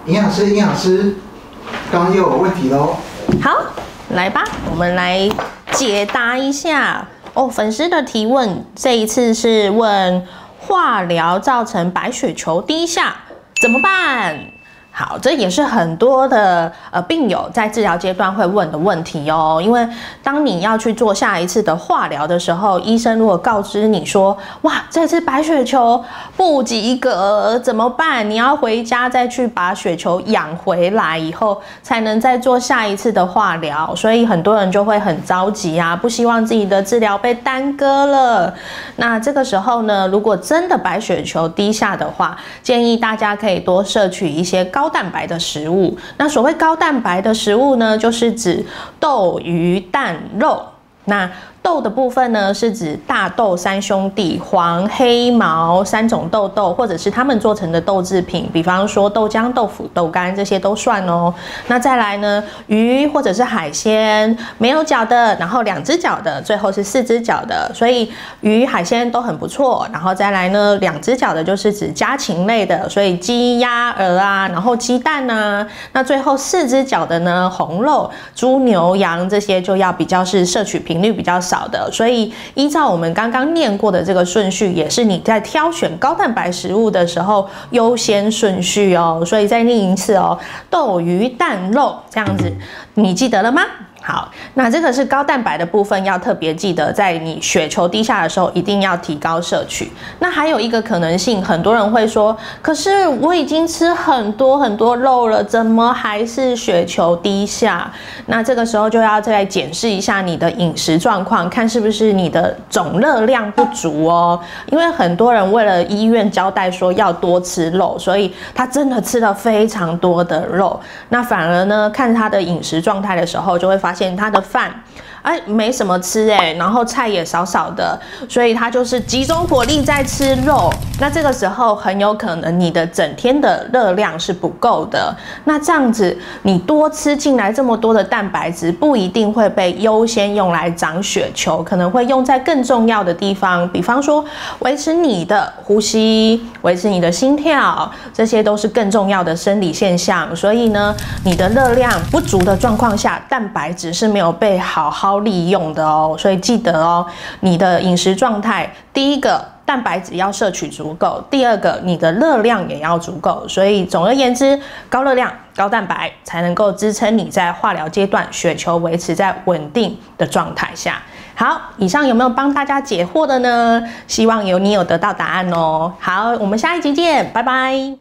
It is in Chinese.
营养师，刚刚又有问题喽。 好，来吧，我们来解答一下哦。粉丝的提问，这一次是问化疗造成白血球低下怎么办？好，这也是很多的病友在治疗阶段会问的问题哦。因为当你要去做下一次的化疗的时候，医生如果告知你说，哇，这次白血球不及格怎么办？你要回家再去把血球养回来以后，才能再做下一次的化疗。所以很多人就会很着急啊，不希望自己的治疗被耽搁了。那这个时候呢，如果真的白血球低下的话，建议大家可以多摄取一些高蛋白的食物。那所谓高蛋白的食物呢，就是指豆、鱼、蛋、肉。那豆的部分呢，是指大豆三兄弟、黄、黑、毛三种豆豆，或者是他们做成的豆制品，比方说豆浆、豆腐、豆干，这些都算哦。那再来呢，鱼或者是海鲜，没有脚的，然后2只脚的，最后是4只脚的，所以鱼、海鲜都很不错。然后再来呢，2只脚的就是指家禽类的，所以鸡、鸭、鹅啊，然后鸡蛋啊。那最后4只脚的呢，红肉、猪、牛、羊这些就要比较是摄取频率比较少的，所以依照我们刚刚念过的这个顺序，也是你在挑选高蛋白食物的时候优先顺序哦。所以再念一次哦，豆、鱼、蛋、肉这样子，你记得了吗？好，那这个是高蛋白的部分，要特别记得，在你血球低下的时候，一定要提高摄取。那还有一个可能性，很多人会说，可是我已经吃很多肉了，怎么还是血球低下？那这个时候就要再检视一下你的饮食状况，看是不是你的总热量不足哦。因为很多人为了医院交代说要多吃肉，所以他真的吃了非常多的肉，那反而呢，看他的饮食状态的时候，就会发现他的饭没什么吃然后菜也少少的，所以他就是集中火力在吃肉。那这个时候很有可能你的整天的热量是不够的。那这样子你多吃进来这么多的蛋白质，不一定会被优先用来长血球，可能会用在更重要的地方，比方说维持你的呼吸、维持你的心跳，这些都是更重要的生理现象。所以呢，你的热量不足的状况下，蛋白质是没有被好好利用的哦。所以记得哦，你的饮食状态，第一个蛋白质要摄取足够，第二个你的热量也要足够。所以总而言之，高热量、高蛋白才能够支撑你在化疗阶段血球维持在稳定的状态下。好，以上有没有帮大家解惑的呢？希望你有得到答案哦。好，我们下一集见，拜拜。